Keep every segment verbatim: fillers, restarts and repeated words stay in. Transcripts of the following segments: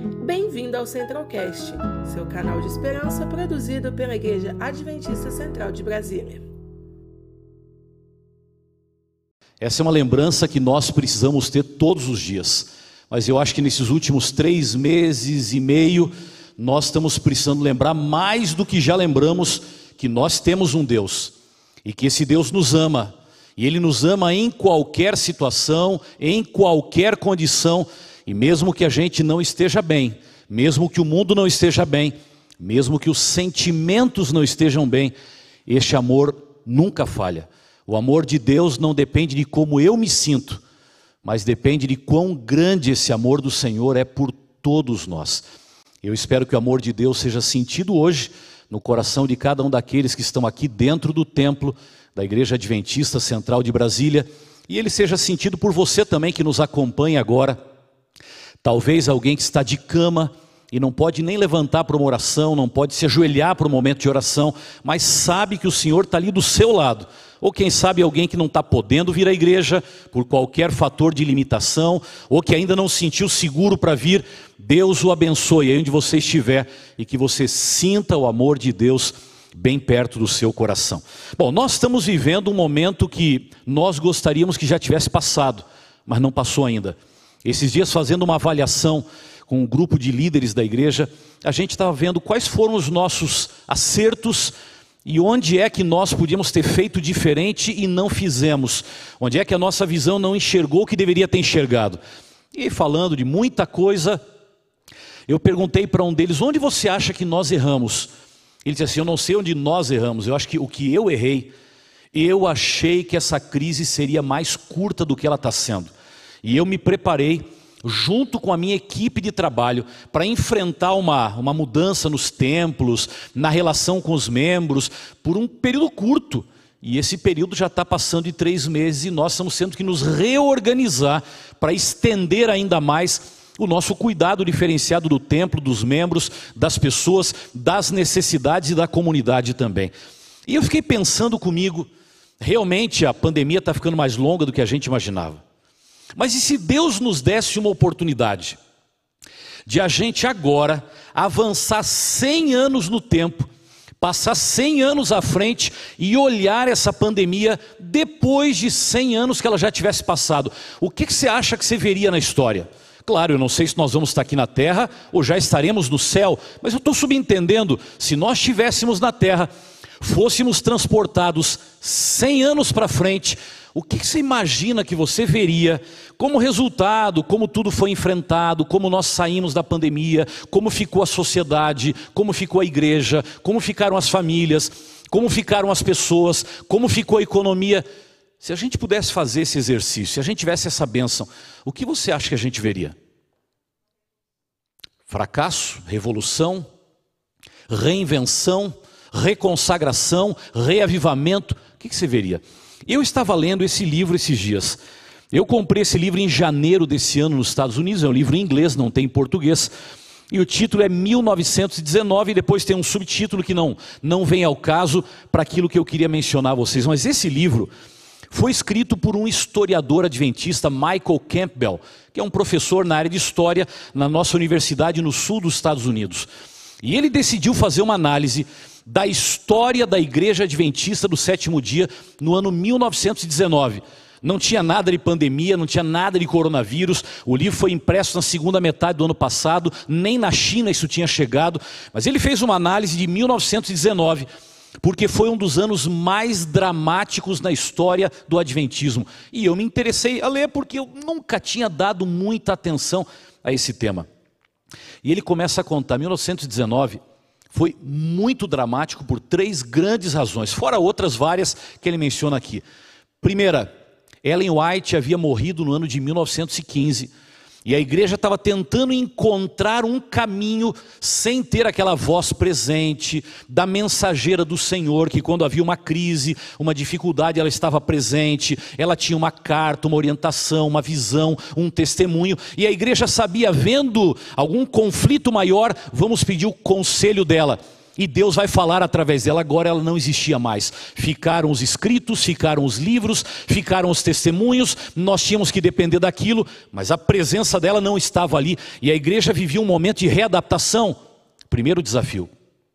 Bem-vindo ao Centralcast, seu canal de esperança produzido pela Igreja Adventista Central de Brasília. Essa é uma lembrança que nós precisamos ter todos os dias, mas eu acho que nesses últimos três meses e meio, nós estamos precisando lembrar mais do que já lembramos, que nós temos um Deus, e que esse Deus nos ama, e Ele nos ama em qualquer situação, em qualquer condição, e mesmo que a gente não esteja bem, mesmo que o mundo não esteja bem, mesmo que os sentimentos não estejam bem, este amor nunca falha. O amor de Deus não depende de como eu me sinto, mas depende de quão grande esse amor do Senhor é por todos nós. Eu espero que o amor de Deus seja sentido hoje no coração de cada um daqueles que estão aqui dentro do templo da Igreja Adventista Central de Brasília, e ele seja sentido por você também que nos acompanha agora. Talvez alguém que está de cama e não pode nem levantar para uma oração, não pode se ajoelhar para um momento de oração, mas sabe que o Senhor está ali do seu lado. Ou quem sabe alguém que não está podendo vir à igreja por qualquer fator de limitação, ou que ainda não se sentiu seguro para vir. Deus o abençoe aí onde você estiver e que você sinta o amor de Deus bem perto do seu coração. Bom, nós estamos vivendo um momento que nós gostaríamos que já tivesse passado, mas não passou ainda. Esses dias, fazendo uma avaliação com um grupo de líderes da igreja, a gente estava vendo quais foram os nossos acertos e onde é que nós podíamos ter feito diferente e não fizemos. Onde é que a nossa visão não enxergou o que deveria ter enxergado. E falando de muita coisa, eu perguntei para um deles, onde você acha que nós erramos? Ele disse assim, eu não sei onde nós erramos, eu acho que o que eu errei, eu achei que essa crise seria mais curta do que ela está sendo. E eu me preparei, junto com a minha equipe de trabalho, para enfrentar uma, uma mudança nos templos, na relação com os membros, por um período curto. E esse período já está passando de três meses e nós estamos tendo que nos reorganizar para estender ainda mais o nosso cuidado diferenciado do templo, dos membros, das pessoas, das necessidades e da comunidade também. E eu fiquei pensando comigo, realmente a pandemia está ficando mais longa do que a gente imaginava. Mas e se Deus nos desse uma oportunidade de a gente agora avançar cem anos no tempo, passar cem anos à frente e olhar essa pandemia depois de cem anos que ela já tivesse passado? O que, que você acha que você veria na história? Claro, eu não sei se nós vamos estar aqui na terra ou já estaremos no céu, mas eu estou subentendendo, se nós estivéssemos na terra, fôssemos transportados cem anos para frente, o que você imagina que você veria como resultado, como tudo foi enfrentado, como nós saímos da pandemia, como ficou a sociedade, como ficou a igreja, como ficaram as famílias, como ficaram as pessoas, como ficou a economia? Se a gente pudesse fazer esse exercício, se a gente tivesse essa bênção, o que você acha que a gente veria? Fracasso, revolução, reinvenção, reconsagração, reavivamento? O que você veria? Eu estava lendo esse livro esses dias. Eu comprei esse livro em janeiro desse ano nos Estados Unidos. É um livro em inglês, não tem em português. E o título é mil novecentos e dezenove e depois tem um subtítulo que não, não vem ao caso para aquilo que eu queria mencionar a vocês. Mas esse livro foi escrito por um historiador adventista, Michael Campbell, que é um professor na área de história na nossa universidade no sul dos Estados Unidos. E ele decidiu fazer uma análise da história da Igreja Adventista do Sétimo Dia no ano mil novecentos e dezenove. Não tinha nada de pandemia, não tinha nada de coronavírus. O livro foi impresso na segunda metade do ano passado, nem na China isso tinha chegado. Mas ele fez uma análise de mil novecentos e dezenove, porque foi um dos anos mais dramáticos na história do Adventismo. E eu me interessei a ler porque eu nunca tinha dado muita atenção a esse tema. E ele começa a contar, mil novecentos e dezenove foi muito dramático por três grandes razões, fora outras várias que ele menciona aqui. Primeira, Ellen White havia morrido no ano de mil novecentos e quinze, e a igreja estava tentando encontrar um caminho sem ter aquela voz presente da mensageira do Senhor, que quando havia uma crise, uma dificuldade, ela estava presente, ela tinha uma carta, uma orientação, uma visão, um testemunho, e a igreja sabia, vendo algum conflito maior, vamos pedir o conselho dela. e Deus vai falar através dela. Agora ela não existia mais. Ficaram os escritos, ficaram os livros, ficaram os testemunhos, nós tínhamos que depender daquilo, mas a presença dela não estava ali, e a igreja vivia um momento de readaptação. Primeiro desafio.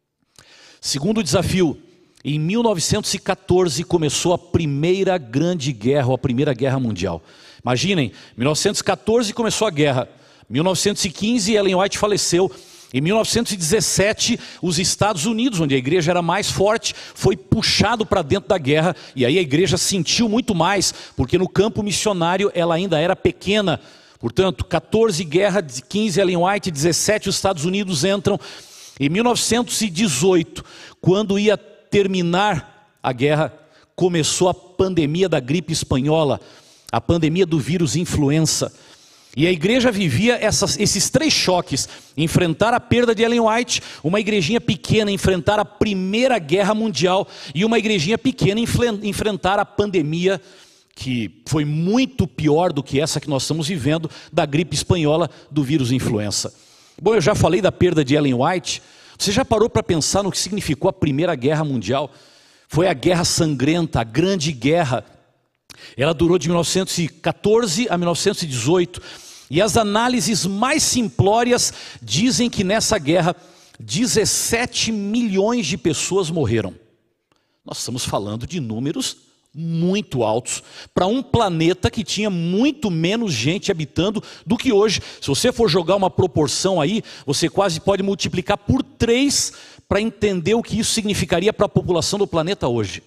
Segundo desafio, em mil novecentos e quatorze começou a primeira grande guerra, a primeira guerra mundial. Imaginem, mil novecentos e quatorze começou a guerra, mil novecentos e quinze Ellen White faleceu, em mil novecentos e dezessete os Estados Unidos, onde a igreja era mais forte, foi puxado para dentro da guerra, e aí a igreja sentiu muito mais, porque no campo missionário ela ainda era pequena. Portanto, quatorze guerra, quinze Ellen White, dezessete os Estados Unidos entram. Em mil novecentos e dezoito, quando ia terminar a guerra, começou a pandemia da gripe espanhola, a pandemia do vírus influenza. E a igreja vivia essas, esses três choques: enfrentar a perda de Ellen White, uma igrejinha pequena enfrentar a primeira guerra mundial, e uma igrejinha pequena enfrentar a pandemia, que foi muito pior do que essa que nós estamos vivendo, da gripe espanhola, do vírus influenza. Bom, eu já falei da perda de Ellen White. Você já parou para pensar no que significou a Primeira Guerra Mundial? Foi a guerra sangrenta, a grande guerra. Ela durou de mil novecentos e quatorze a mil novecentos e dezoito. E as análises mais simplórias dizem que nessa guerra dezessete milhões de pessoas morreram. Nós estamos falando de números muito altos para um planeta que tinha muito menos gente habitando do que hoje. Se você for jogar uma proporção aí, você quase pode multiplicar por três para entender o que isso significaria para a população do planeta hoje.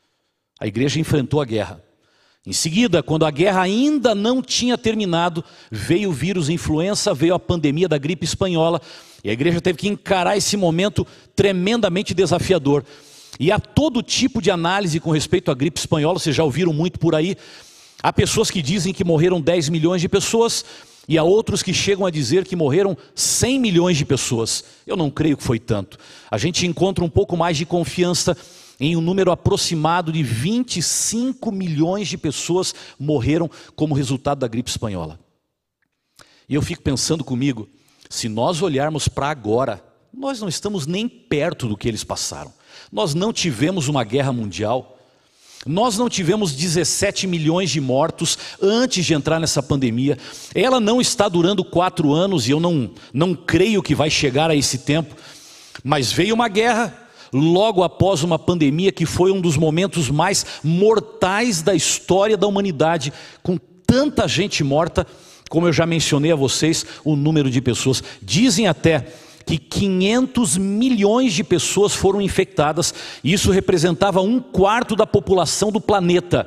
A igreja enfrentou a guerra. Em seguida, quando a guerra ainda não tinha terminado, veio o vírus influenza, veio a pandemia da gripe espanhola, e a igreja teve que encarar esse momento tremendamente desafiador. E há todo tipo de análise com respeito à gripe espanhola, vocês já ouviram muito por aí. Há pessoas que dizem que morreram dez milhões de pessoas, e há outros que chegam a dizer que morreram cem milhões de pessoas. Eu não creio que foi tanto. A gente encontra um pouco mais de confiança em um número aproximado de vinte e cinco milhões de pessoas morreram como resultado da gripe espanhola. E eu fico pensando comigo, se nós olharmos para agora, nós não estamos nem perto do que eles passaram. Nós não tivemos uma guerra mundial, nós não tivemos dezessete milhões de mortos antes de entrar nessa pandemia. Ela não está durando quatro anos e eu não, não creio que vai chegar a esse tempo, mas veio uma guerra logo após uma pandemia que foi um dos momentos mais mortais da história da humanidade, com tanta gente morta, como eu já mencionei a vocês, o número de pessoas. Dizem até que quinhentos milhões de pessoas foram infectadas, e isso representava um quarto da população do planeta.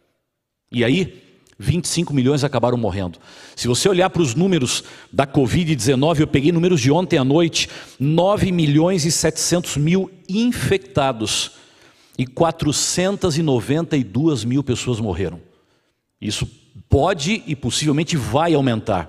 E aí, vinte e cinco milhões acabaram morrendo. Se você olhar para os números da covid dezenove, eu peguei números de ontem à noite, nove milhões e setecentos mil infectados, e quatrocentas e noventa e duas mil pessoas morreram. Isso pode e possivelmente vai aumentar,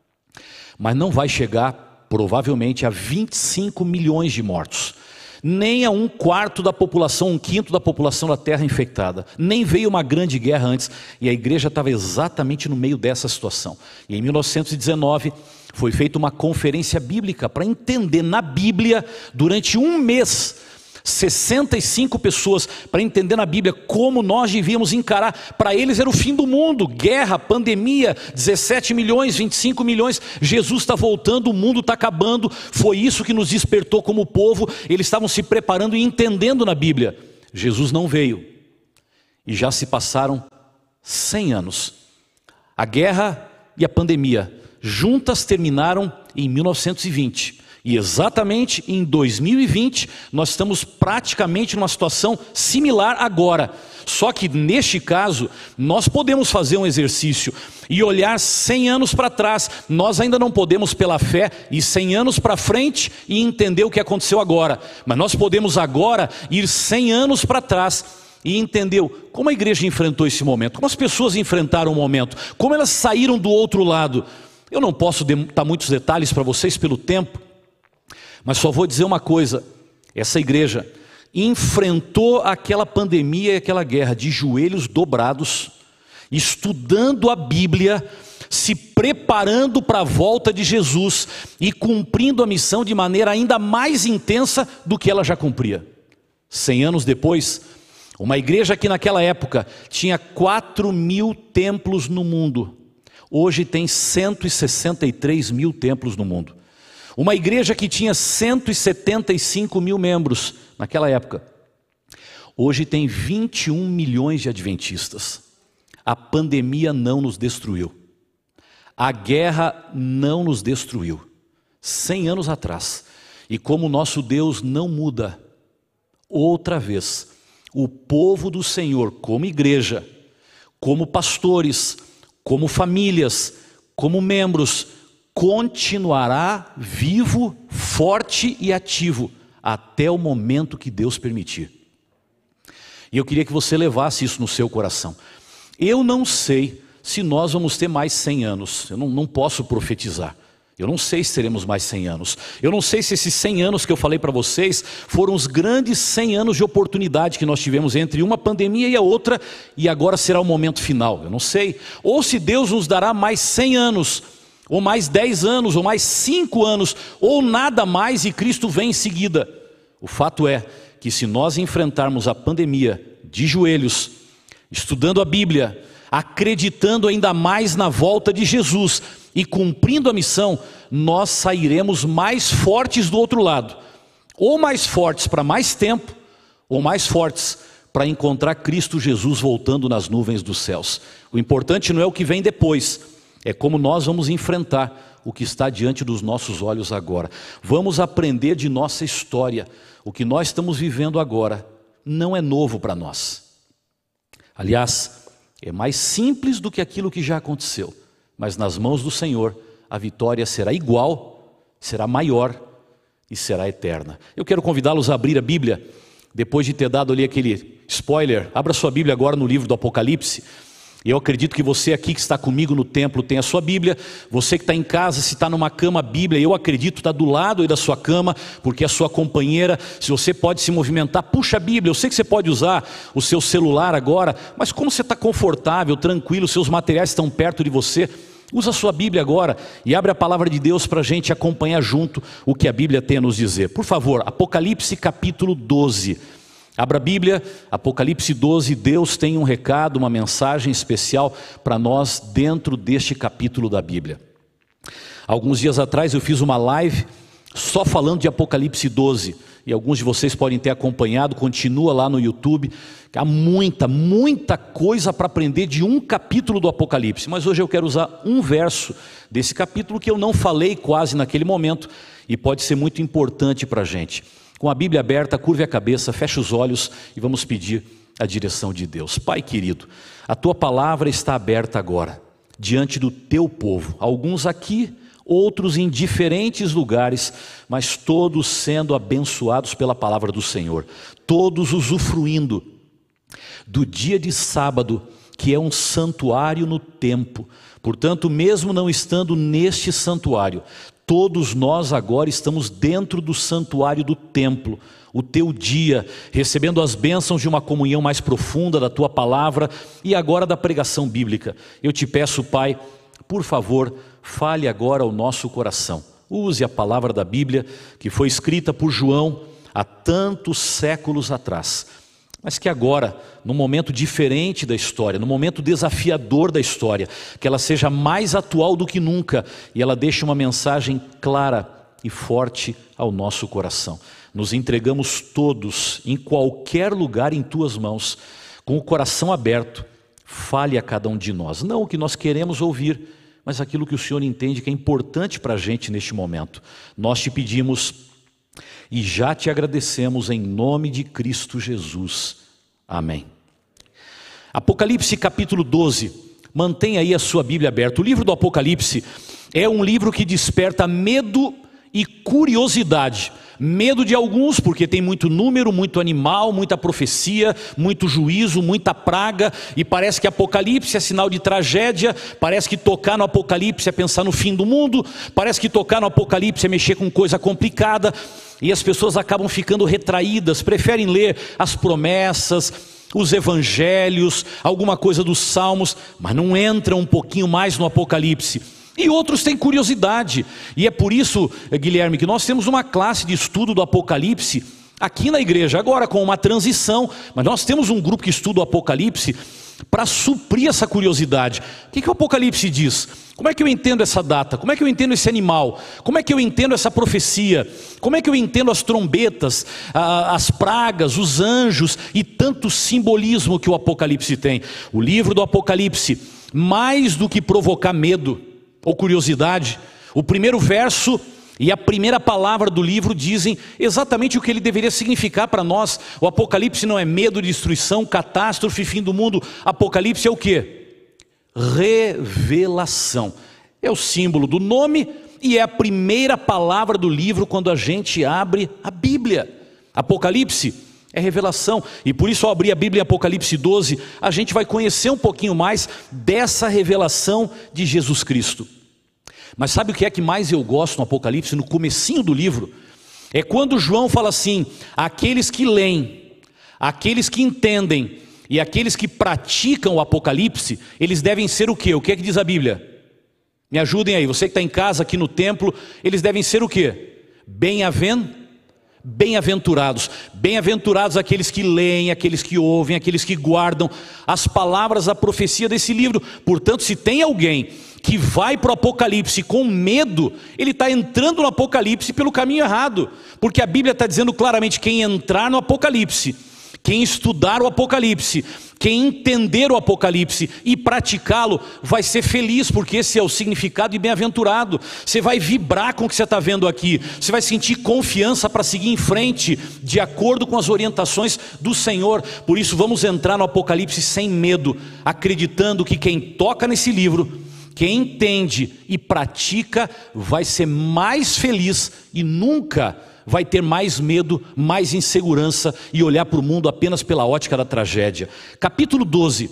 mas não vai chegar provavelmente a vinte e cinco milhões de mortos, nem a um quarto da população, um quinto da população da terra infectada. Nem veio uma grande guerra antes, e a igreja estava exatamente no meio dessa situação. E em mil novecentos e dezenove foi feita uma conferência bíblica para entender na Bíblia, durante um mês, sessenta e cinco pessoas, para entender na Bíblia como nós devíamos encarar. Para eles era o fim do mundo, guerra, pandemia, dezessete milhões, vinte e cinco milhões, Jesus está voltando, o mundo está acabando. Foi isso que nos despertou como povo. Eles estavam se preparando e entendendo na Bíblia. Jesus não veio, e já se passaram cem anos. A guerra e a pandemia juntas terminaram em mil novecentos e vinte. E exatamente em dois mil e vinte, nós estamos praticamente numa situação similar agora. Só que neste caso, nós podemos fazer um exercício e olhar cem anos para trás. Nós ainda não podemos pela fé ir cem anos para frente e entender o que aconteceu agora. Mas nós podemos agora ir cem anos para trás e entender como a igreja enfrentou esse momento, como as pessoas enfrentaram o momento, como elas saíram do outro lado. Eu não posso dar muitos detalhes para vocês pelo tempo, mas só vou dizer uma coisa: essa igreja enfrentou aquela pandemia e aquela guerra de joelhos dobrados, estudando a Bíblia, se preparando para a volta de Jesus e cumprindo a missão de maneira ainda mais intensa do que ela já cumpria. Cem anos depois, uma igreja que naquela época tinha quatro mil templos no mundo, hoje tem cento e sessenta e três mil templos no mundo. Uma igreja que tinha cento e setenta e cinco mil membros naquela época, hoje tem vinte e um milhões de adventistas. A pandemia não nos destruiu. A guerra não nos destruiu. Cem anos atrás. E como nosso Deus não muda, outra vez, o povo do Senhor, como igreja, como pastores, como famílias, como membros, continuará vivo, forte e ativo, até o momento que Deus permitir. E eu queria que você levasse isso no seu coração. Eu não sei se nós vamos ter mais cem anos, eu não, não posso profetizar. Eu não sei se teremos mais cem anos. Eu não sei se esses cem anos que eu falei para vocês foram os grandes cem anos de oportunidade que nós tivemos entre uma pandemia e a outra, e agora será o momento final. Eu não sei. Ou se Deus nos dará mais cem anos, ou mais dez anos, ou mais cinco anos, ou nada mais e Cristo vem em seguida. O fato é que se nós enfrentarmos a pandemia de joelhos, estudando a Bíblia, acreditando ainda mais na volta de Jesus e cumprindo a missão, nós sairemos mais fortes do outro lado. Ou mais fortes para mais tempo, ou mais fortes para encontrar Cristo Jesus voltando nas nuvens dos céus. O importante não é o que vem depois, é como nós vamos enfrentar o que está diante dos nossos olhos agora. Vamos aprender de nossa história. O que nós estamos vivendo agora não é novo para nós. Aliás, é mais simples do que aquilo que já aconteceu. Mas nas mãos do Senhor, a vitória será igual, será maior e será eterna. Eu quero convidá-los a abrir a Bíblia, depois de ter dado ali aquele spoiler. Abra sua Bíblia agora no livro do Apocalipse. Eu acredito que você aqui que está comigo no templo tem a sua Bíblia. Você que está em casa, se está numa cama, a Bíblia, eu acredito, está do lado aí da sua cama, porque é a sua companheira. Se você pode se movimentar, puxa a Bíblia. Eu sei que você pode usar o seu celular agora, mas como você está confortável, tranquilo, seus materiais estão perto de você, usa a sua Bíblia agora e abre a palavra de Deus para a gente acompanhar junto o que a Bíblia tem a nos dizer. Por favor, Apocalipse capítulo doze. Abra a Bíblia, Apocalipse doze, Deus tem um recado, uma mensagem especial para nós dentro deste capítulo da Bíblia. Alguns dias atrás eu fiz uma live só falando de Apocalipse doze, e alguns de vocês podem ter acompanhado, continua lá no YouTube. Há muita, muita coisa para aprender de um capítulo do Apocalipse, mas hoje eu quero usar um verso desse capítulo que eu não falei quase naquele momento, e pode ser muito importante para a gente. Com a Bíblia aberta, curve a cabeça, feche os olhos e vamos pedir a direção de Deus. Pai querido, a Tua palavra está aberta agora, diante do Teu povo. Alguns aqui, outros em diferentes lugares, mas todos sendo abençoados pela palavra do Senhor. Todos usufruindo do dia de sábado, que é um santuário no tempo. Portanto, mesmo não estando neste santuário, todos nós agora estamos dentro do santuário do templo, o teu dia, recebendo as bênçãos de uma comunhão mais profunda da tua palavra e agora da pregação bíblica. Eu te peço, Pai, por favor, fale agora ao nosso coração. Use a palavra da Bíblia que foi escrita por João há tantos séculos atrás, mas que agora, num momento diferente da história, num momento desafiador da história, que ela seja mais atual do que nunca e ela deixe uma mensagem clara e forte ao nosso coração. Nos entregamos todos, em qualquer lugar, em Tuas mãos, com o coração aberto. Fale a cada um de nós, não o que nós queremos ouvir, mas aquilo que o Senhor entende que é importante para a gente neste momento. Nós te pedimos e já te agradecemos em nome de Cristo Jesus. Amém. Apocalipse capítulo doze, mantenha aí a sua Bíblia aberta. O livro do Apocalipse é um livro que desperta medo e curiosidade. Medo de alguns, porque tem muito número, muito animal, muita profecia, muito juízo, muita praga, e parece que Apocalipse é sinal de tragédia, parece que tocar no Apocalipse é pensar no fim do mundo, parece que tocar no Apocalipse é mexer com coisa complicada, e as pessoas acabam ficando retraídas, preferem ler as promessas, os evangelhos, alguma coisa dos salmos, mas não entram um pouquinho mais no Apocalipse. E outros têm curiosidade, e é por isso, Guilherme, que nós temos uma classe de estudo do Apocalipse aqui na igreja, agora com uma transição, mas nós temos um grupo que estuda o Apocalipse para suprir essa curiosidade. O que, que o Apocalipse diz? Como é que eu entendo essa data? Como é que eu entendo esse animal? Como é que eu entendo essa profecia? Como é que eu entendo as trombetas, as pragas, os anjos e tanto simbolismo que o Apocalipse tem? O livro do Apocalipse, mais do que provocar medo ou curiosidade, o primeiro verso e a primeira palavra do livro dizem exatamente o que ele deveria significar para nós. O Apocalipse não é medo, destruição, catástrofe, fim do mundo. Apocalipse é o quê? Revelação. É o símbolo do nome e é a primeira palavra do livro quando a gente abre a Bíblia. Apocalipse é revelação, e por isso ao abrir a Bíblia em Apocalipse doze, a gente vai conhecer um pouquinho mais dessa revelação de Jesus Cristo. Mas sabe o que é que mais eu gosto no Apocalipse, no comecinho do livro? É quando João fala assim: aqueles que leem, aqueles que entendem e aqueles que praticam o Apocalipse, eles devem ser o quê? O que é que diz a Bíblia? Me ajudem aí, você que está em casa, aqui no templo, eles devem ser o quê? Bem-aventurados. Bem-aventurados, bem-aventurados aqueles que leem, aqueles que ouvem, aqueles que guardam as palavras da profecia desse livro. Portanto, se tem alguém que vai para o Apocalipse com medo, ele está entrando no Apocalipse pelo caminho errado, porque a Bíblia está dizendo claramente: quem entrar no Apocalipse, quem estudar o Apocalipse, quem entender o Apocalipse e praticá-lo, vai ser feliz, porque esse é o significado de bem-aventurado. Você vai vibrar com o que você está vendo aqui, você vai sentir confiança para seguir em frente, de acordo com as orientações do Senhor. Por isso vamos entrar no Apocalipse sem medo, acreditando que quem toca nesse livro, quem entende e pratica, vai ser mais feliz e nunca vai ter mais medo, mais insegurança e olhar para o mundo apenas pela ótica da tragédia. Capítulo doze.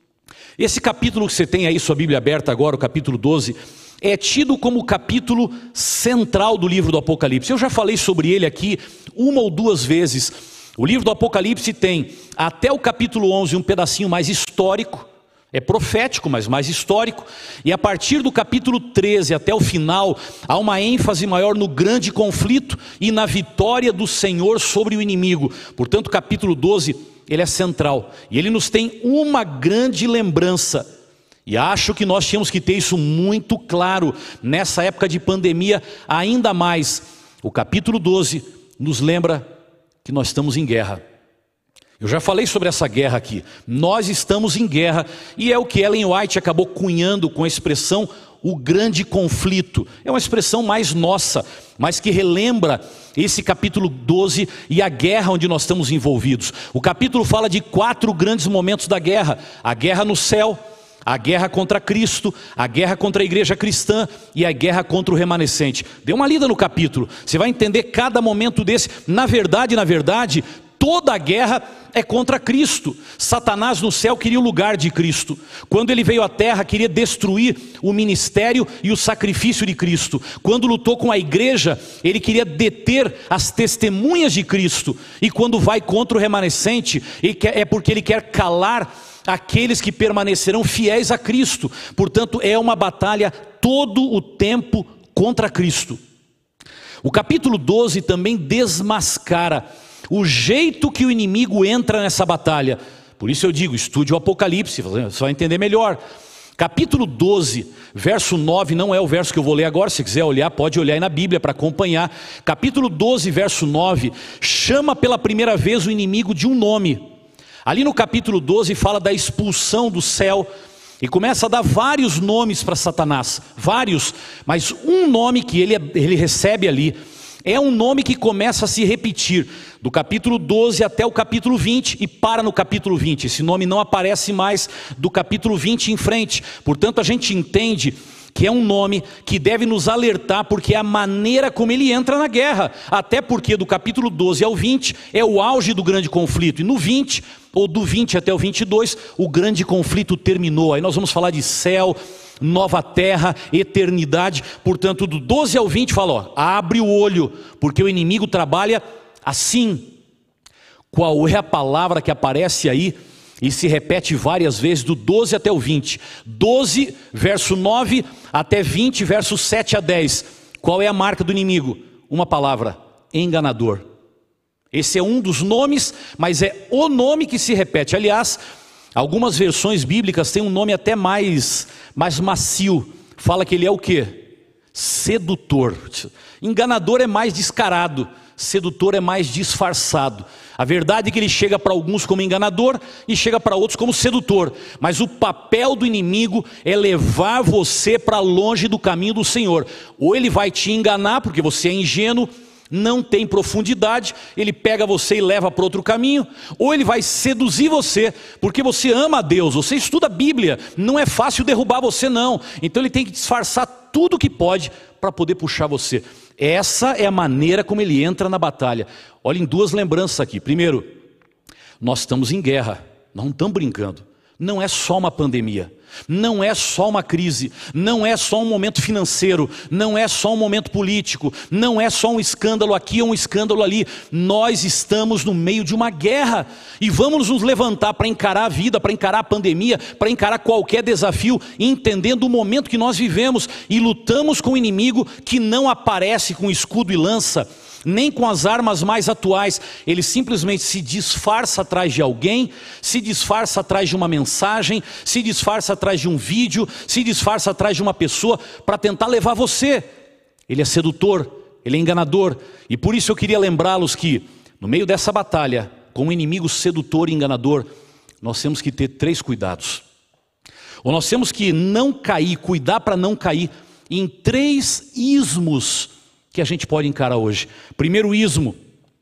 Esse capítulo que você tem aí, sua Bíblia aberta agora, o capítulo doze, é tido como o capítulo central do livro do Apocalipse. Eu já falei sobre ele aqui uma ou duas vezes. O livro do Apocalipse tem até o capítulo onze um pedacinho mais histórico, é profético, mas mais histórico. E a partir do capítulo treze até o final, há uma ênfase maior no grande conflito e na vitória do Senhor sobre o inimigo. Portanto, o capítulo doze, ele é central. E ele nos tem uma grande lembrança. E acho que nós tínhamos que ter isso muito claro nessa época de pandemia ainda mais. O capítulo doze nos lembra que nós estamos em guerra. Eu já falei sobre essa guerra aqui. Nós estamos em guerra, e é o que Ellen White acabou cunhando com a expressão o grande conflito. É uma expressão mais nossa, mas que relembra esse capítulo doze e a guerra onde nós estamos envolvidos. O capítulo fala de quatro grandes momentos da guerra: a guerra no céu, a guerra contra Cristo, a guerra contra a igreja cristã e a guerra contra o remanescente. Dê uma lida no capítulo, você vai entender cada momento desse. Na verdade, na verdade, toda a guerra é contra Cristo. Satanás no céu queria o lugar de Cristo. Quando ele veio à terra, queria destruir o ministério e o sacrifício de Cristo. Quando lutou com a igreja, ele queria deter as testemunhas de Cristo. E quando vai contra o remanescente, ele quer, é porque ele quer calar aqueles que permanecerão fiéis a Cristo. Portanto, é uma batalha todo o tempo contra Cristo. O capítulo doze também desmascara o jeito que o inimigo entra nessa batalha. Por isso eu digo, estude o Apocalipse, você vai entender melhor. Capítulo doze, verso nove, não é o verso que eu vou ler agora. Se quiser olhar, pode olhar aí na Bíblia para acompanhar. Capítulo doze, verso nove, chama pela primeira vez o inimigo de um nome. Ali no capítulo doze fala da expulsão do céu e começa a dar vários nomes para Satanás, vários, mas um nome que ele, ele recebe ali é um nome que começa a se repetir, do capítulo doze até o capítulo vinte, e para no capítulo vinte. Esse nome não aparece mais do capítulo vinte em frente. Portanto, a gente entende que é um nome que deve nos alertar, porque é a maneira como ele entra na guerra. Até porque do capítulo doze ao vinte é o auge do grande conflito, e no vinte, ou do vinte até o vinte e dois, o grande conflito terminou. Aí nós vamos falar de céu, nova terra, eternidade. Portanto, do doze ao vinte fala, ó, abre o olho, porque o inimigo trabalha assim. Qual é a palavra que aparece aí e se repete várias vezes, do doze até o vinte? doze, verso nove, até vinte, verso sete a dez. Qual é a marca do inimigo? Uma palavra: enganador. Esse é um dos nomes, mas é o nome que se repete. Aliás, algumas versões bíblicas têm um nome até mais, mais macio. Fala que ele é o quê? Sedutor. Enganador é mais descarado, sedutor é mais disfarçado. A verdade é que ele chega para alguns como enganador e chega para outros como sedutor. Mas o papel do inimigo é levar você para longe do caminho do Senhor. Ou ele vai te enganar porque você é ingênuo, não tem profundidade, ele pega você e leva para outro caminho. Ou ele vai seduzir você porque você ama a Deus, você estuda a Bíblia, não é fácil derrubar você não. Então ele tem que disfarçar tudo que pode para poder puxar você. Essa é a maneira como ele entra na batalha. Olhem duas lembranças aqui. Primeiro, nós estamos em guerra, nós não estamos brincando. Não é só uma pandemia, não é só uma crise, não é só um momento financeiro, não é só um momento político, não é só um escândalo aqui ou um escândalo ali. Nós estamos no meio de uma guerra e vamos nos levantar para encarar a vida, para encarar a pandemia, para encarar qualquer desafio, entendendo o momento que nós vivemos, e lutamos com o inimigo que não aparece com escudo e lança, nem com as armas mais atuais. Ele simplesmente se disfarça atrás de alguém, se disfarça atrás de uma mensagem, se disfarça atrás de um vídeo, se disfarça atrás de uma pessoa para tentar levar você. Ele é sedutor, ele é enganador. E por isso eu queria lembrá-los que no meio dessa batalha com o inimigo sedutor e enganador, nós temos que ter três cuidados. Ou nós temos que não cair, cuidar para não cair em três ismos que a gente pode encarar hoje. Primeiro ismo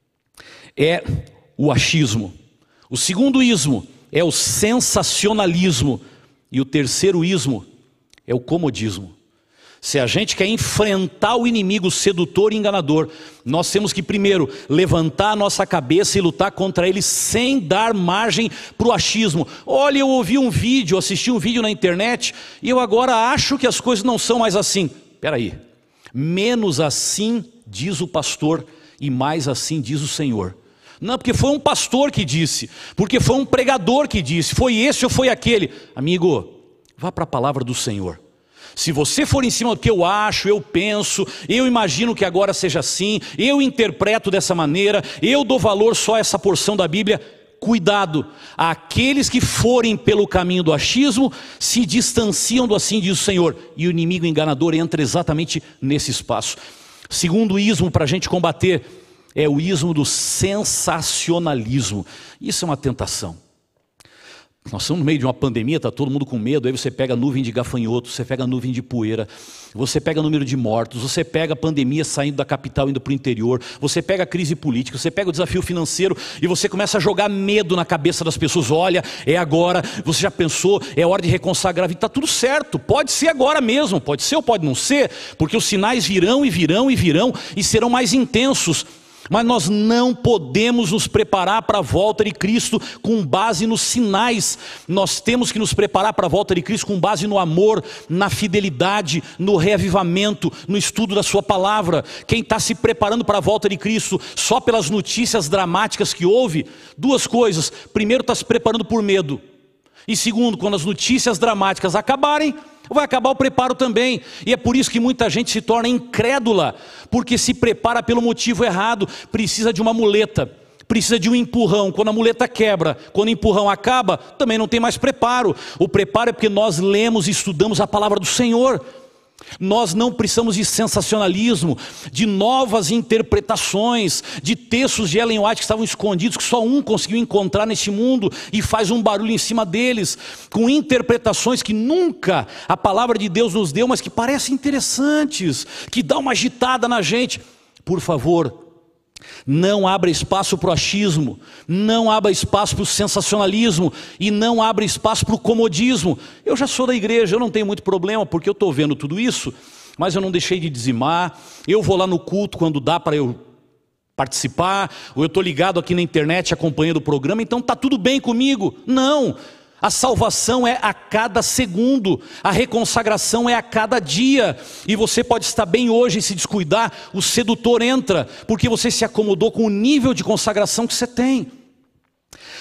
é o achismo. O segundo ismo é o sensacionalismo. E o terceiro ismo é o comodismo. Se a gente quer enfrentar o inimigo sedutor e enganador, nós temos que primeiro levantar a nossa cabeça e lutar contra ele sem dar margem para o achismo. Olha, eu ouvi um vídeo, assisti um vídeo na internet e eu agora acho que as coisas não são mais assim. Espera aí. Menos assim diz o pastor e mais assim diz o Senhor. Não, porque foi um pastor que disse, porque foi um pregador que disse, foi esse ou foi aquele. Amigo, vá para a palavra do Senhor. Se você for em cima do que eu acho, eu penso, eu imagino que agora seja assim, eu interpreto dessa maneira, eu dou valor só a essa porção da Bíblia, cuidado. Aqueles que forem pelo caminho do achismo se distanciam do assim diz o Senhor. E o inimigo enganador entra exatamente nesse espaço. Segundo ismo para a gente combater é o ismo do sensacionalismo. Isso é uma tentação. Nós estamos no meio de uma pandemia, está todo mundo com medo. Aí você pega a nuvem de gafanhoto, você pega a nuvem de poeira, você pega o número de mortos, você pega a pandemia saindo da capital indo para o interior, você pega a crise política, você pega o desafio financeiro e você começa a jogar medo na cabeça das pessoas. Olha, é agora, você já pensou, é hora de reconsagrar a vida. Está tudo certo, pode ser agora mesmo, pode ser ou pode não ser, porque os sinais virão e virão e virão e serão mais intensos. Mas nós não podemos nos preparar para a volta de Cristo com base nos sinais. Nós temos que nos preparar para a volta de Cristo com base no amor, na fidelidade, no reavivamento, no estudo da sua palavra. Quem está se preparando para a volta de Cristo só pelas notícias dramáticas que houve, duas coisas: primeiro, está se preparando por medo, e segundo, quando as notícias dramáticas acabarem, vai acabar o preparo também. E é por isso que muita gente se torna incrédula, porque se prepara pelo motivo errado. Precisa de uma muleta, precisa de um empurrão. Quando a muleta quebra, quando o empurrão acaba, também não tem mais preparo. O preparo é porque nós lemos e estudamos a palavra do Senhor. Nós não precisamos de sensacionalismo, de novas interpretações, de textos de Ellen White que estavam escondidos, que só um conseguiu encontrar neste mundo e faz um barulho em cima deles, com interpretações que nunca a palavra de Deus nos deu, mas que parecem interessantes, que dá uma agitada na gente. Por favor, não abra espaço para o achismo, não abra espaço para o sensacionalismo e não abra espaço para o comodismo. Eu já sou da igreja, eu não tenho muito problema, porque eu estou vendo tudo isso, mas eu não deixei de dizimar. Eu vou lá no culto quando dá para eu participar, ou eu estou ligado aqui na internet acompanhando o programa, então está tudo bem comigo. Não! A salvação é a cada segundo, a reconsagração é a cada dia. E você pode estar bem hoje e se descuidar, o sedutor entra, porque você se acomodou com o nível de consagração que você tem.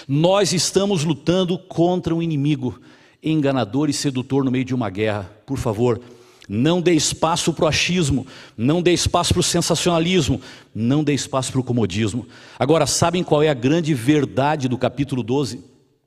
Nós estamos lutando contra um inimigo enganador e sedutor no meio de uma guerra. Por favor, não dê espaço para o achismo, não dê espaço para o sensacionalismo, não dê espaço para o comodismo. Agora, sabem qual é a grande verdade do capítulo doze?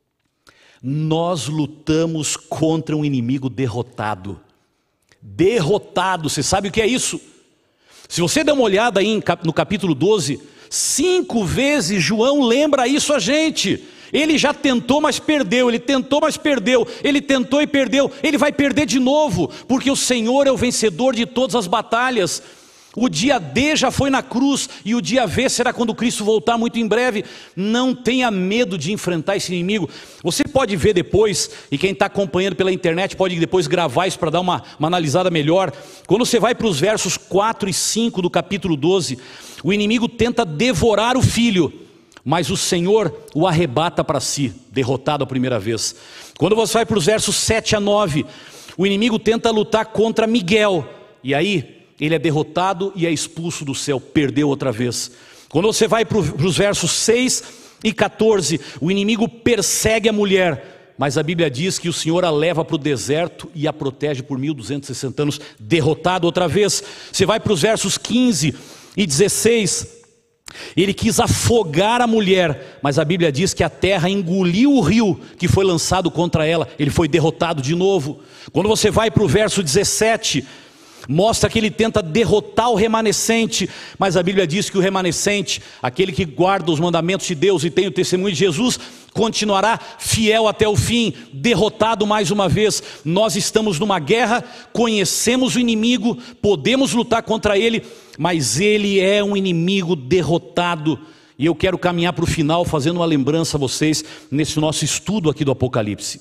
Nós lutamos contra um inimigo derrotado. Derrotado, você sabe o que é isso? Se você der uma olhada aí no capítulo doze, cinco vezes João lembra isso a gente. Ele já tentou, mas perdeu, ele tentou, mas perdeu, ele tentou e perdeu, ele vai perder de novo, porque o Senhor é o vencedor de todas as batalhas. O dia D já foi na cruz, e o dia V será quando Cristo voltar muito em breve. Não tenha medo de enfrentar esse inimigo. Você pode ver depois, e quem está acompanhando pela internet pode depois gravar isso para dar uma, uma analisada melhor. Quando você vai para os versos quatro e cinco do capítulo doze, o inimigo tenta devorar o filho, mas o Senhor o arrebata para si, derrotado a primeira vez. Quando você vai para os versos sete a nove, o inimigo tenta lutar contra Miguel, e aí ele é derrotado e é expulso do céu, perdeu outra vez. Quando você vai para os versos seis e quatorze, o inimigo persegue a mulher, mas a Bíblia diz que o Senhor a leva para o deserto e a protege por mil duzentos e sessenta anos, derrotado outra vez. Você vai para os versos quinze e dezesseis, ele quis afogar a mulher, mas a Bíblia diz que a terra engoliu o rio que foi lançado contra ela, ele foi derrotado de novo. Quando você vai para o verso dezessete, mostra que ele tenta derrotar o remanescente, mas a Bíblia diz que o remanescente, aquele que guarda os mandamentos de Deus e tem o testemunho de Jesus, continuará fiel até o fim, derrotado mais uma vez. Nós estamos numa guerra, conhecemos o inimigo, podemos lutar contra ele, mas ele é um inimigo derrotado. E eu quero caminhar para o final fazendo uma lembrança a vocês nesse nosso estudo aqui do Apocalipse.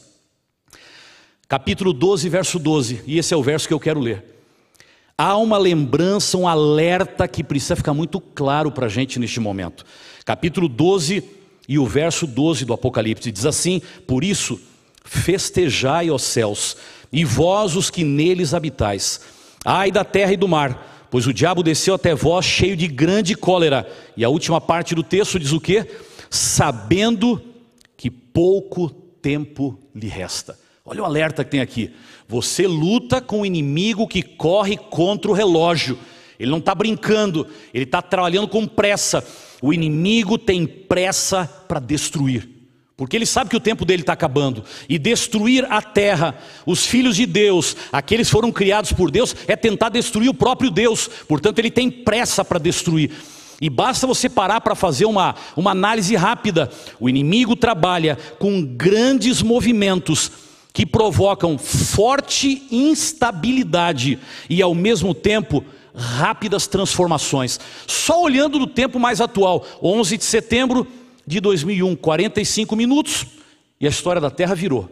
Capítulo doze, verso doze, e esse é o verso que eu quero ler. Há uma lembrança, um alerta que precisa ficar muito claro para a gente neste momento. Capítulo doze e o verso doze do Apocalipse diz assim: por isso festejai, ó céus, e vós os que neles habitais. Ai da terra e do mar, pois o diabo desceu até vós cheio de grande cólera. E a última parte do texto diz o quê? Sabendo que pouco tempo lhe resta. Olha o alerta que tem aqui. Você luta com o inimigo que corre contra o relógio. Ele não está brincando, ele está trabalhando com pressa. O inimigo tem pressa para destruir, porque ele sabe que o tempo dele está acabando. E destruir a terra, os filhos de Deus, aqueles que foram criados por Deus, é tentar destruir o próprio Deus. Portanto, ele tem pressa para destruir. E basta você parar para fazer uma, uma análise rápida. O inimigo trabalha com grandes movimentos que provocam forte instabilidade e ao mesmo tempo rápidas transformações. Só olhando no tempo mais atual, onze de setembro de dois mil e um, quarenta e cinco minutos e a história da Terra virou.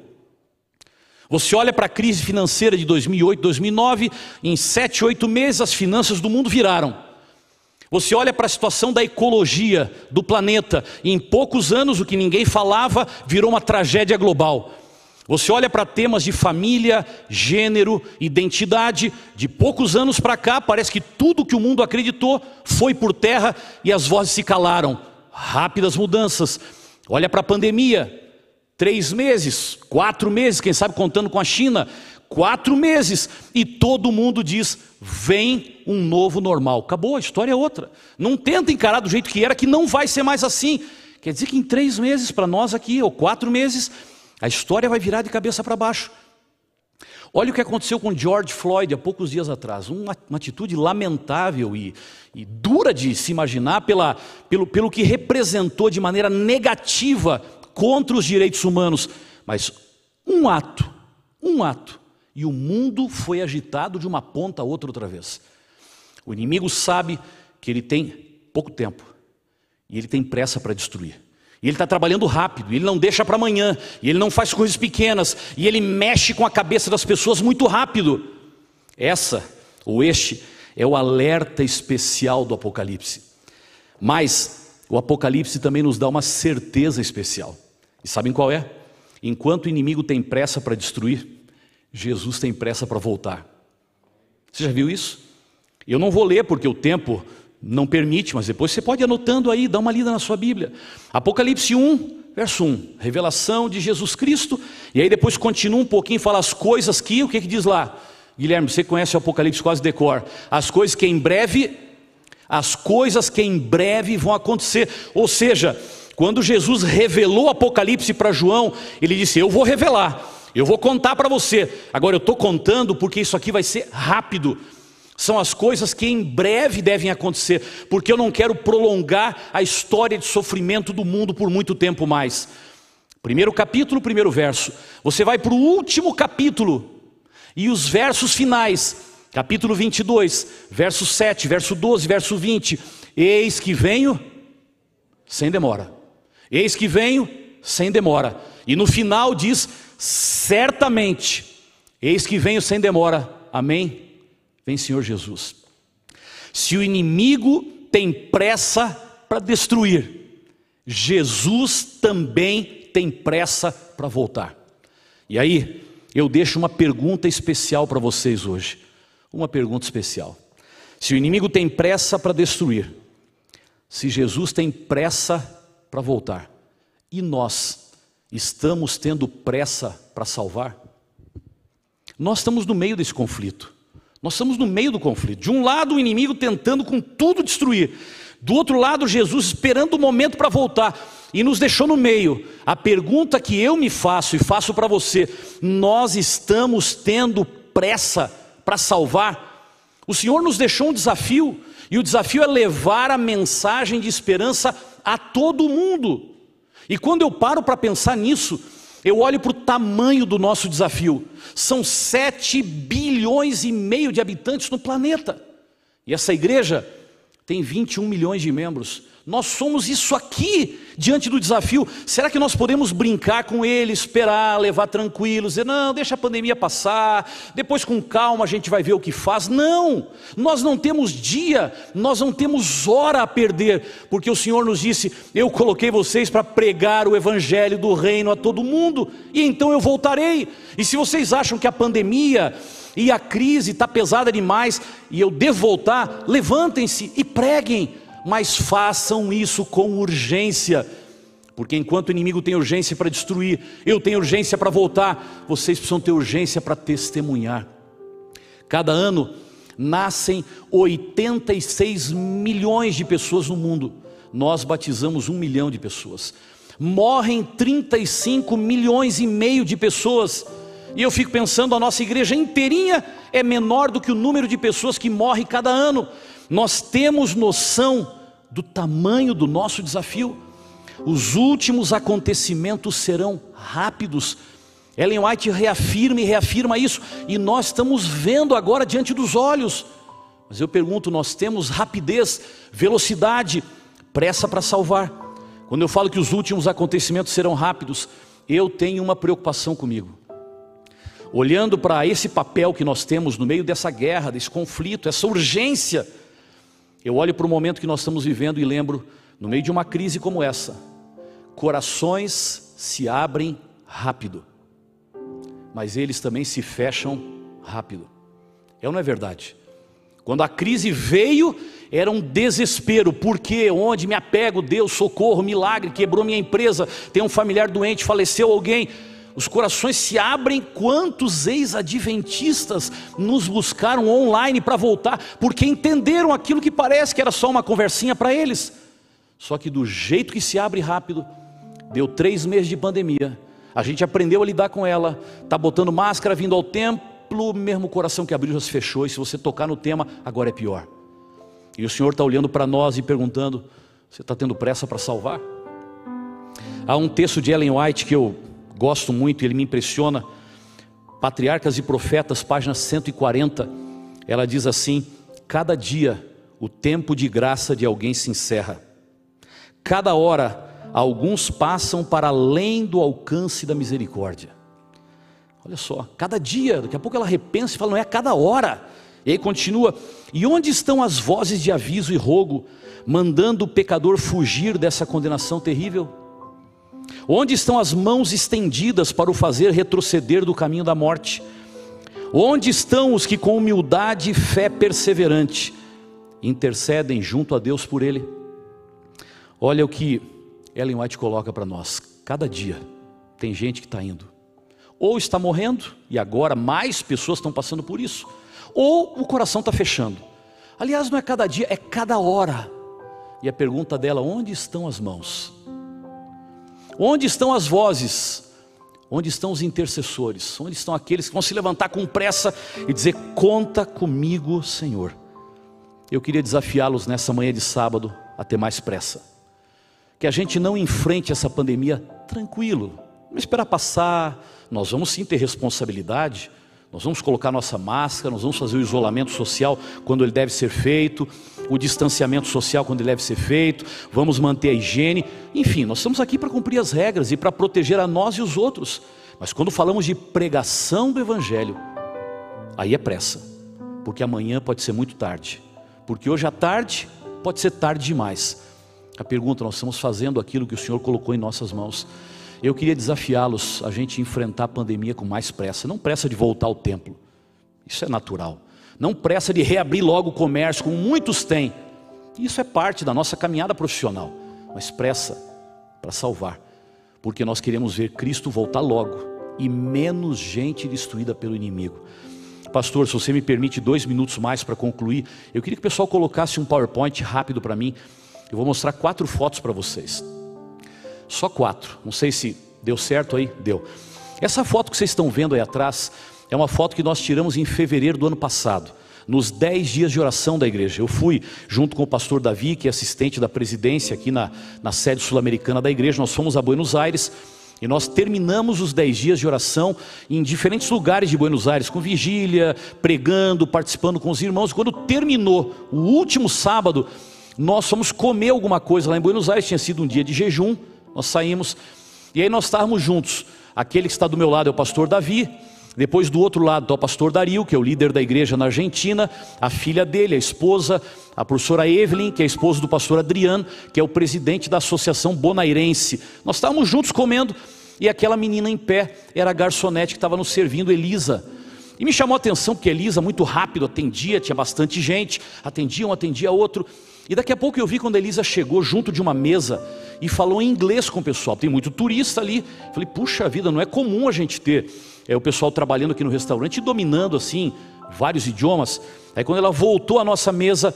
Você olha para a crise financeira de dois mil e oito, dois mil e nove, em sete, oito meses as finanças do mundo viraram. Você olha para a situação da ecologia do planeta, e em poucos anos o que ninguém falava virou uma tragédia global. Você olha para temas de família, gênero, identidade, de poucos anos para cá, parece que tudo que o mundo acreditou foi por terra e as vozes se calaram. Rápidas mudanças. Olha para a pandemia, três meses, quatro meses, quem sabe contando com a China, quatro meses, e todo mundo diz, vem um novo normal. Acabou, a história é outra. Não tenta encarar do jeito que era, que não vai ser mais assim. Quer dizer que em três meses para nós aqui, ou quatro meses, a história vai virar de cabeça para baixo. Olha o que aconteceu com George Floyd há poucos dias atrás. Uma, uma atitude lamentável e, e dura de se imaginar pela, pelo, pelo que representou de maneira negativa contra os direitos humanos. Mas um ato, um ato, e o mundo foi agitado de uma ponta a outra outra vez. O inimigo sabe que ele tem pouco tempo e ele tem pressa para destruir. E ele está trabalhando rápido, ele não deixa para amanhã, e ele não faz coisas pequenas, e ele mexe com a cabeça das pessoas muito rápido. Essa, ou este, é o alerta especial do Apocalipse. Mas o Apocalipse também nos dá uma certeza especial. E sabem qual é? Enquanto o inimigo tem pressa para destruir, Jesus tem pressa para voltar. Você já viu isso? Eu não vou ler porque o tempo não permite, mas depois você pode ir anotando aí, dá uma lida na sua Bíblia. Apocalipse um, verso um, revelação de Jesus Cristo, e aí depois continua um pouquinho, fala as coisas que, o que que diz lá? Guilherme, você conhece o Apocalipse quase de cor. As coisas que em breve, as coisas que em breve vão acontecer. Ou seja, quando Jesus revelou o Apocalipse para João, ele disse, eu vou revelar, eu vou contar para você. Agora eu estou contando porque isso aqui vai ser rápido. São as coisas que em breve devem acontecer, porque eu não quero prolongar a história de sofrimento do mundo por muito tempo mais. Primeiro capítulo, primeiro verso. Você vai para o último capítulo e os versos finais, capítulo vinte e dois, verso sete, verso doze, verso vinte. Eis que venho sem demora. Eis que venho sem demora. E no final diz, certamente, eis que venho sem demora. Amém? Vem Senhor Jesus. Se o inimigo tem pressa para destruir, Jesus também tem pressa para voltar. E aí, eu deixo uma pergunta especial para vocês hoje. Uma pergunta especial. Se o inimigo tem pressa para destruir, se Jesus tem pressa para voltar, e nós estamos tendo pressa para salvar? Nós estamos no meio desse conflito. Nós estamos no meio do conflito. De um lado o inimigo tentando com tudo destruir. Do outro lado Jesus esperando o momento para voltar. E nos deixou no meio. A pergunta que eu me faço e faço para você. Nós estamos tendo pressa para salvar? O Senhor nos deixou um desafio. E o desafio é levar a mensagem de esperança a todo mundo. E quando eu paro para pensar nisso, eu olho para o tamanho do nosso desafio. São sete bilhões e meio de habitantes no planeta. E essa igreja tem vinte e um milhões de membros. Nós somos isso aqui diante do desafio. Será que nós podemos brincar com ele, esperar, levar tranquilo, dizer, não, deixa a pandemia passar, depois com calma a gente vai ver o que faz? Não, nós não temos dia, nós não temos hora a perder, porque o Senhor nos disse, eu coloquei vocês para pregar o evangelho do reino a todo mundo, e então eu voltarei. E se vocês acham que a pandemia e a crise está pesada demais, e eu devo voltar, levantem-se e preguem, mas façam isso com urgência, porque enquanto o inimigo tem urgência para destruir, eu tenho urgência para voltar, vocês precisam ter urgência para testemunhar. Cada ano nascem oitenta e seis milhões de pessoas no mundo, nós batizamos um milhão de pessoas. Morrem trinta e cinco milhões e meio de pessoas, e eu fico pensando, a nossa igreja inteirinha é menor do que o número de pessoas que morrem cada ano. Nós temos noção do tamanho do nosso desafio. Os últimos acontecimentos serão rápidos. Ellen White reafirma e reafirma isso, e nós estamos vendo agora diante dos olhos. Mas eu pergunto, nós temos rapidez, velocidade, pressa para salvar? Quando eu falo que os últimos acontecimentos serão rápidos, eu tenho uma preocupação comigo. Olhando para esse papel que nós temos no meio dessa guerra, desse conflito, essa urgência, eu olho para o momento que nós estamos vivendo e lembro, no meio de uma crise como essa, corações se abrem rápido, mas eles também se fecham rápido. É ou não é verdade? Quando a crise veio, era um desespero, porque onde me apego, Deus, socorro, milagre, quebrou minha empresa, tem um familiar doente, faleceu alguém. Os corações se abrem. Quantos ex-adventistas nos buscaram online para voltar, porque entenderam aquilo que parece que era só uma conversinha para eles. Só que do jeito que se abre rápido, deu três meses de pandemia, a gente aprendeu a lidar com ela, está botando máscara, vindo ao templo, mesmo o coração que abriu já se fechou, e se você tocar no tema, agora é pior. E o Senhor está olhando para nós e perguntando, você está tendo pressa para salvar? Há um texto de Ellen White que eu gosto muito, ele me impressiona, Patriarcas e Profetas, página cento e quarenta, ela diz assim, cada dia o tempo de graça de alguém se encerra, cada hora alguns passam para além do alcance da misericórdia. Olha só, cada dia, daqui a pouco ela repensa e fala, não é a cada hora. E aí continua, e onde estão as vozes de aviso e rogo, mandando o pecador fugir dessa condenação terrível? Onde estão as mãos estendidas para o fazer retroceder do caminho da morte? Onde estão os que com humildade e fé perseverante intercedem junto a Deus por ele. Olha o que Ellen White coloca para nós: cada dia tem gente que está indo, ou está morrendo, e agora mais pessoas estão passando por isso, ou o coração está fechando. Aliás, não é cada dia, é cada hora. E a pergunta dela: onde estão as mãos? Onde estão as vozes? Onde estão os intercessores? Onde estão aqueles que vão se levantar com pressa e dizer: conta comigo, Senhor? Eu queria desafiá-los nessa manhã de sábado a ter mais pressa, que a gente não enfrente essa pandemia tranquilo, vamos esperar passar. Nós vamos sim ter responsabilidade, nós vamos colocar nossa máscara, nós vamos fazer o isolamento social quando ele deve ser feito, o distanciamento social quando ele deve ser feito, vamos manter a higiene, enfim, nós estamos aqui para cumprir as regras e para proteger a nós e os outros. Mas quando falamos de pregação do Evangelho, aí é pressa, porque amanhã pode ser muito tarde, porque hoje à tarde pode ser tarde demais. A pergunta: nós estamos fazendo aquilo que o Senhor colocou em nossas mãos? Eu queria desafiá-los a gente enfrentar a pandemia com mais pressa. Não pressa de voltar ao templo, isso é natural. Não pressa de reabrir logo o comércio, como muitos têm. Isso é parte da nossa caminhada profissional. Mas pressa para salvar, porque nós queremos ver Cristo voltar logo e menos gente destruída pelo inimigo. Pastor, se você me permite dois minutos mais para concluir, eu queria que o pessoal colocasse um PowerPoint rápido para mim. Eu vou mostrar quatro fotos para vocês. Só quatro, não sei se deu certo aí, deu. Essa foto que vocês estão vendo aí atrás é uma foto que nós tiramos em fevereiro do ano passado, nos dez dias de oração da igreja. Eu fui junto com o pastor Davi, que é assistente da presidência aqui na, na sede sul-americana da igreja. Nós fomos a Buenos Aires e nós terminamos os dez dias de oração em diferentes lugares de Buenos Aires, com vigília, pregando, participando com os irmãos. Quando terminou o último sábado, nós fomos comer alguma coisa lá em Buenos Aires. Tinha sido um dia de jejum, nós saímos, e aí nós estávamos juntos. Aquele que está do meu lado é o pastor Davi, depois do outro lado está o pastor Dario, que é o líder da igreja na Argentina, a filha dele, a esposa, a professora Evelyn, que é a esposa do pastor Adriano, que é o presidente da associação bonairense. Nós estávamos juntos comendo, e aquela menina em pé era a garçonete que estava nos servindo, Elisa. E me chamou a atenção porque Elisa muito rápido atendia, tinha bastante gente, atendia um, atendia outro. E daqui a pouco eu vi quando a Elisa chegou junto de uma mesa e falou em inglês com o pessoal. Tem muito turista ali. Falei: puxa vida, não é comum a gente ter é, o pessoal trabalhando aqui no restaurante e dominando assim vários idiomas. Aí quando ela voltou à nossa mesa,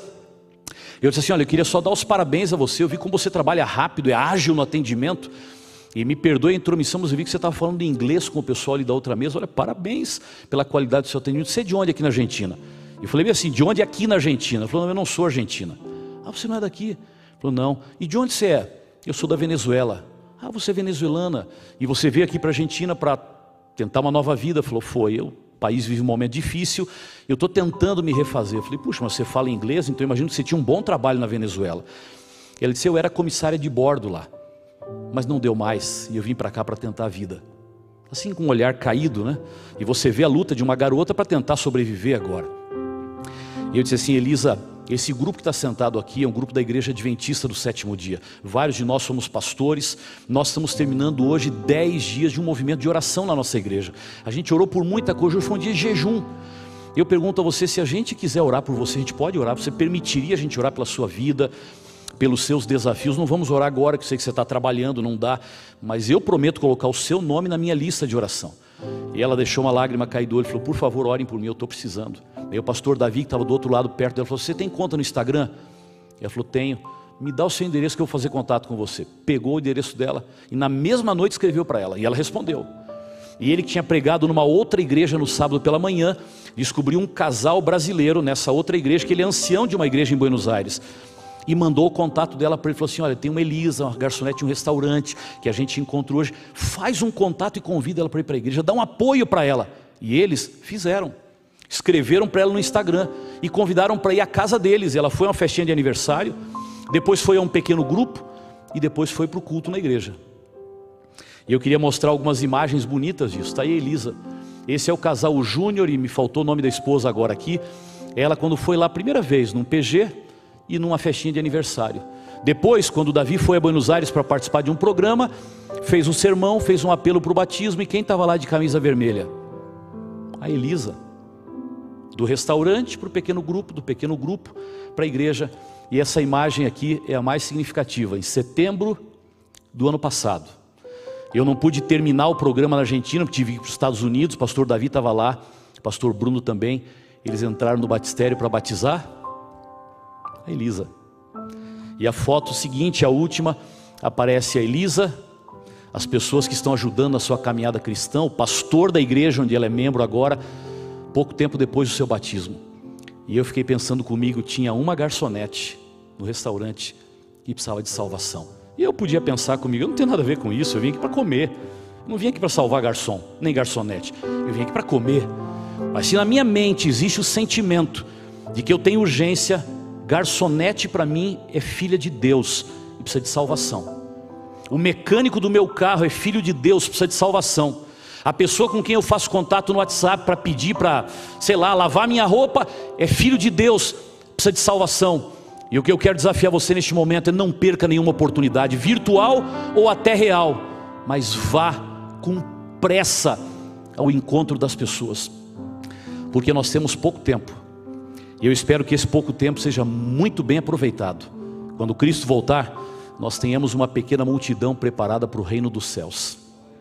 eu disse assim: olha, eu queria só dar os parabéns a você. Eu vi como você trabalha rápido, é ágil no atendimento. E me perdoe a intromissão, mas eu vi que você estava falando em inglês com o pessoal ali da outra mesa. Olha, parabéns pela qualidade do seu atendimento. Você é de onde aqui na Argentina? Eu falei assim: de onde aqui na Argentina? Ela falou: não, eu não sou argentina. Ah, você não é daqui? Ele falou: não. E de onde você é? Eu sou da Venezuela. Ah, você é venezuelana. E você veio aqui para a Argentina para tentar uma nova vida? Falou: foi. Eu, o país vive um momento difícil, eu estou tentando me refazer. Eu falei: puxa, mas você fala inglês, então eu imagino que você tinha um bom trabalho na Venezuela. Ele disse: eu era comissária de bordo lá, mas não deu mais, e eu vim para cá para tentar a vida. Assim, com um olhar caído, né? E você vê a luta de uma garota para tentar sobreviver agora. E eu disse assim: Elisa, esse grupo que está sentado aqui é um grupo da Igreja Adventista do Sétimo Dia. Vários de nós somos pastores. Nós estamos terminando hoje dez dias de um movimento de oração na nossa igreja. A gente orou por muita coisa, hoje foi um dia de jejum. Eu pergunto a você: se a gente quiser orar por você, a gente pode orar? Você permitiria a gente orar pela sua vida, pelos seus desafios? Não vamos orar agora, que eu sei que você está trabalhando, não dá, mas eu prometo colocar o seu nome na minha lista de oração. E ela deixou uma lágrima cair do olho e falou: por favor, orem por mim, eu estou precisando. Aí o pastor Davi, que estava do outro lado perto dela, falou: você tem conta no Instagram? Ela falou: tenho. Me dá o seu endereço que eu vou fazer contato com você. Pegou o endereço dela e na mesma noite escreveu para ela, e ela respondeu. E ele que tinha pregado numa outra igreja no sábado pela manhã, descobriu um casal brasileiro nessa outra igreja, que ele é ancião de uma igreja em Buenos Aires, e mandou o contato dela para ele. Falou assim: olha, tem uma Elisa, uma garçonete de um restaurante que a gente encontrou hoje, faz um contato e convida ela para ir para a igreja, dá um apoio para ela. E eles fizeram, escreveram para ela no Instagram e convidaram para ir à casa deles. Ela foi a uma festinha de aniversário, depois foi a um pequeno grupo e depois foi para o culto na igreja. E eu queria mostrar algumas imagens bonitas disso. Está aí a Elisa, esse é o casal, o Júnior, e me faltou o nome da esposa agora aqui. Ela, quando foi lá a primeira vez num P G e numa festinha de aniversário. Depois, quando o Davi foi a Buenos Aires para participar de um programa, fez um sermão, fez um apelo para o batismo. E quem estava lá de camisa vermelha? A Elisa. Do restaurante para o pequeno grupo, do pequeno grupo para a igreja. E essa imagem aqui é a mais significativa. Em setembro do ano passado, eu não pude terminar o programa na Argentina, porque tive que ir para os Estados Unidos. O pastor Davi estava lá, o pastor Bruno também. Eles entraram no batistério para batizar a Elisa. E a foto seguinte, a última, aparece a Elisa, as pessoas que estão ajudando a sua caminhada cristã, o pastor da igreja onde ela é membro agora, pouco tempo depois do seu batismo. E eu fiquei pensando comigo, tinha uma garçonete no restaurante que precisava de salvação. E eu podia pensar comigo, eu não tenho nada a ver com isso, eu vim aqui para comer. Eu não vim aqui para salvar garçom, nem garçonete. Eu vim aqui para comer. Mas se na minha mente existe o sentimento de que eu tenho urgência, garçonete para mim é filha de Deus e precisa de salvação. O mecânico do meu carro é filho de Deus, precisa de salvação. A pessoa com quem eu faço contato no WhatsApp para pedir para, sei lá, lavar minha roupa, é filho de Deus, precisa de salvação. E o que eu quero desafiar você neste momento é não perca nenhuma oportunidade, virtual ou até real, mas vá com pressa ao encontro das pessoas, porque nós temos pouco tempo. E eu espero que esse pouco tempo seja muito bem aproveitado. Quando Cristo voltar, nós tenhamos uma pequena multidão preparada para o reino dos céus.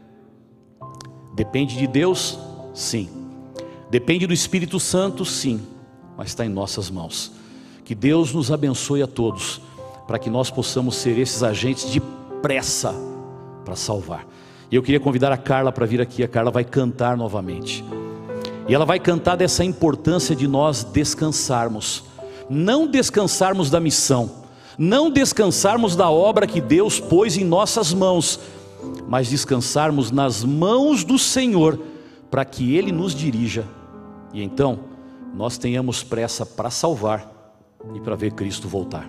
Depende de Deus? Sim. Depende do Espírito Santo? Sim. Mas está em nossas mãos. Que Deus nos abençoe a todos, para que nós possamos ser esses agentes de pressa para salvar. E eu queria convidar a Carla para vir aqui. A Carla vai cantar novamente. E ela vai cantar dessa importância de nós descansarmos. Não descansarmos da missão, não descansarmos da obra que Deus pôs em nossas mãos, mas descansarmos nas mãos do Senhor, para que Ele nos dirija. E então nós tenhamos pressa para salvar e para ver Cristo voltar.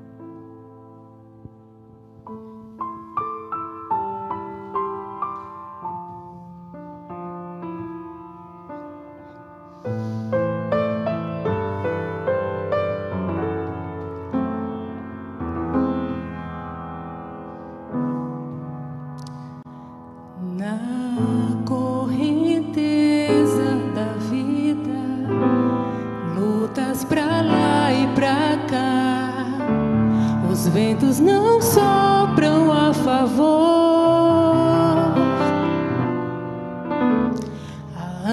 Na correnteza da vida, lutas pra lá e pra cá, os ventos não sopram a favor, a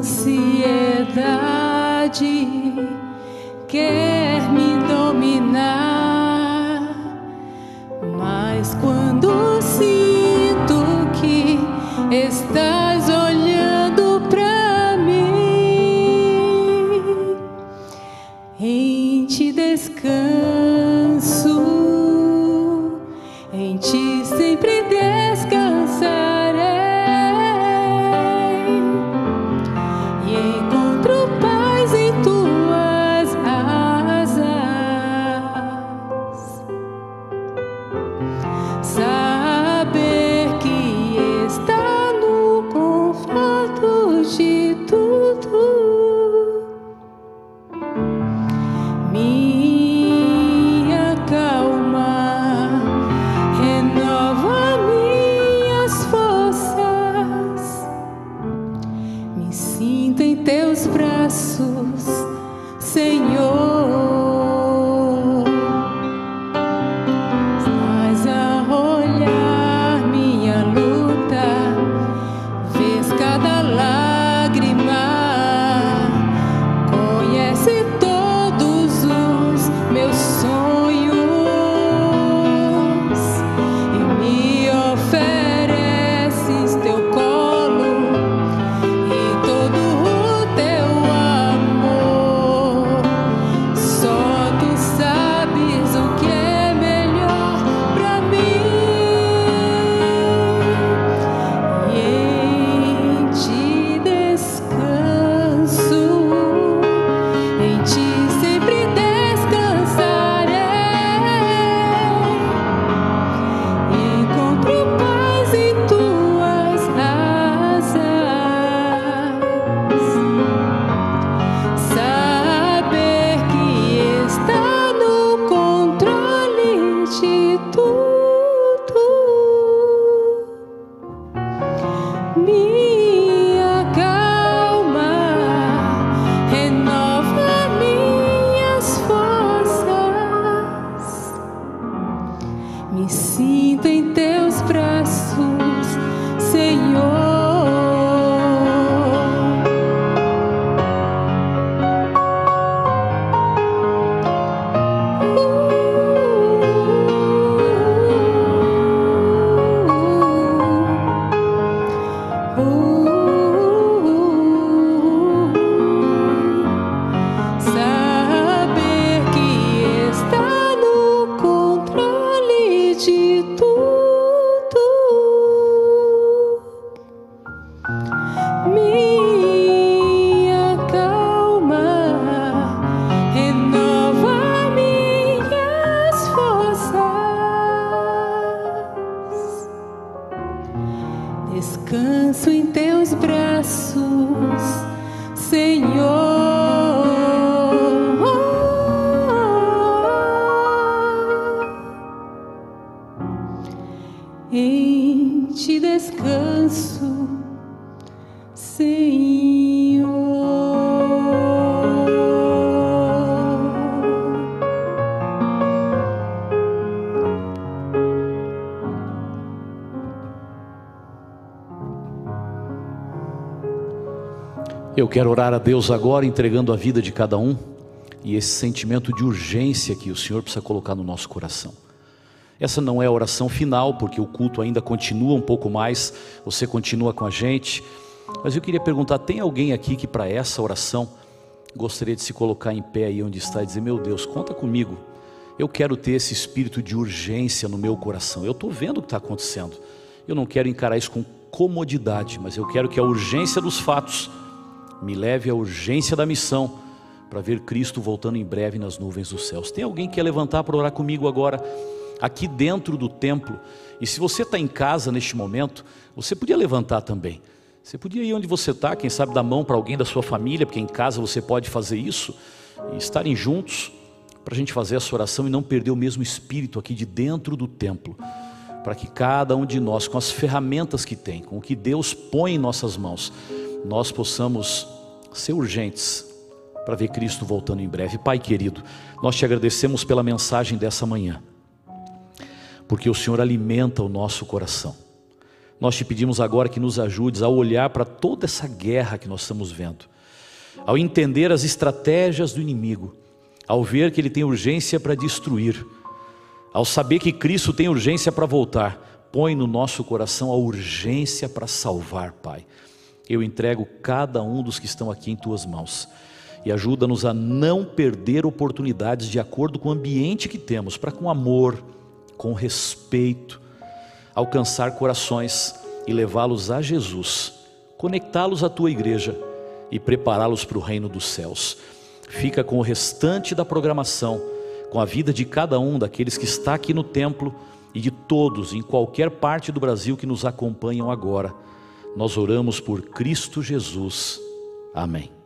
ansiedade quer me dominar, mas quando sinto que estás olhando pra mim, em ti descanso, em ti sempre descansarei, e encontro paz em tua descansos, Senhor. Em ti descanso, Senhor. Eu quero orar a Deus agora, entregando a vida de cada um e esse sentimento de urgência que o Senhor precisa colocar no nosso coração. Essa não é a oração final, porque o culto ainda continua um pouco mais, você continua com a gente, mas eu queria perguntar, tem alguém aqui que para essa oração gostaria de se colocar em pé aí onde está e dizer: meu Deus, conta comigo, eu quero ter esse espírito de urgência no meu coração, eu estou vendo o que está acontecendo, eu não quero encarar isso com comodidade, mas eu quero que a urgência dos fatos me leve à urgência da missão, para ver Cristo voltando em breve nas nuvens dos céus. Tem alguém que quer levantar para orar comigo agora, aqui dentro do templo? E se você está em casa neste momento, você podia levantar também. Você podia ir onde você está, quem sabe dar mão para alguém da sua família, porque em casa você pode fazer isso, e estarem juntos, para a gente fazer essa oração e não perder o mesmo espírito aqui de dentro do templo, para que cada um de nós, com as ferramentas que tem, com o que Deus põe em nossas mãos, nós possamos ser urgentes para ver Cristo voltando em breve. Pai querido, nós te agradecemos pela mensagem dessa manhã, porque o Senhor alimenta o nosso coração. Nós te pedimos agora que nos ajudes a olhar para toda essa guerra que nós estamos vendo, ao entender as estratégias do inimigo, ao ver que ele tem urgência para destruir, ao saber que Cristo tem urgência para voltar. Põe no nosso coração a urgência para salvar, Pai. Eu entrego cada um dos que estão aqui em tuas mãos, e ajuda-nos a não perder oportunidades de acordo com o ambiente que temos, para com amor, com respeito, alcançar corações e levá-los a Jesus, conectá-los à tua igreja e prepará-los para o reino dos céus. Fica com o restante da programação, com a vida de cada um daqueles que está aqui no templo e de todos em qualquer parte do Brasil que nos acompanham agora. Nós oramos por Cristo Jesus. Amém.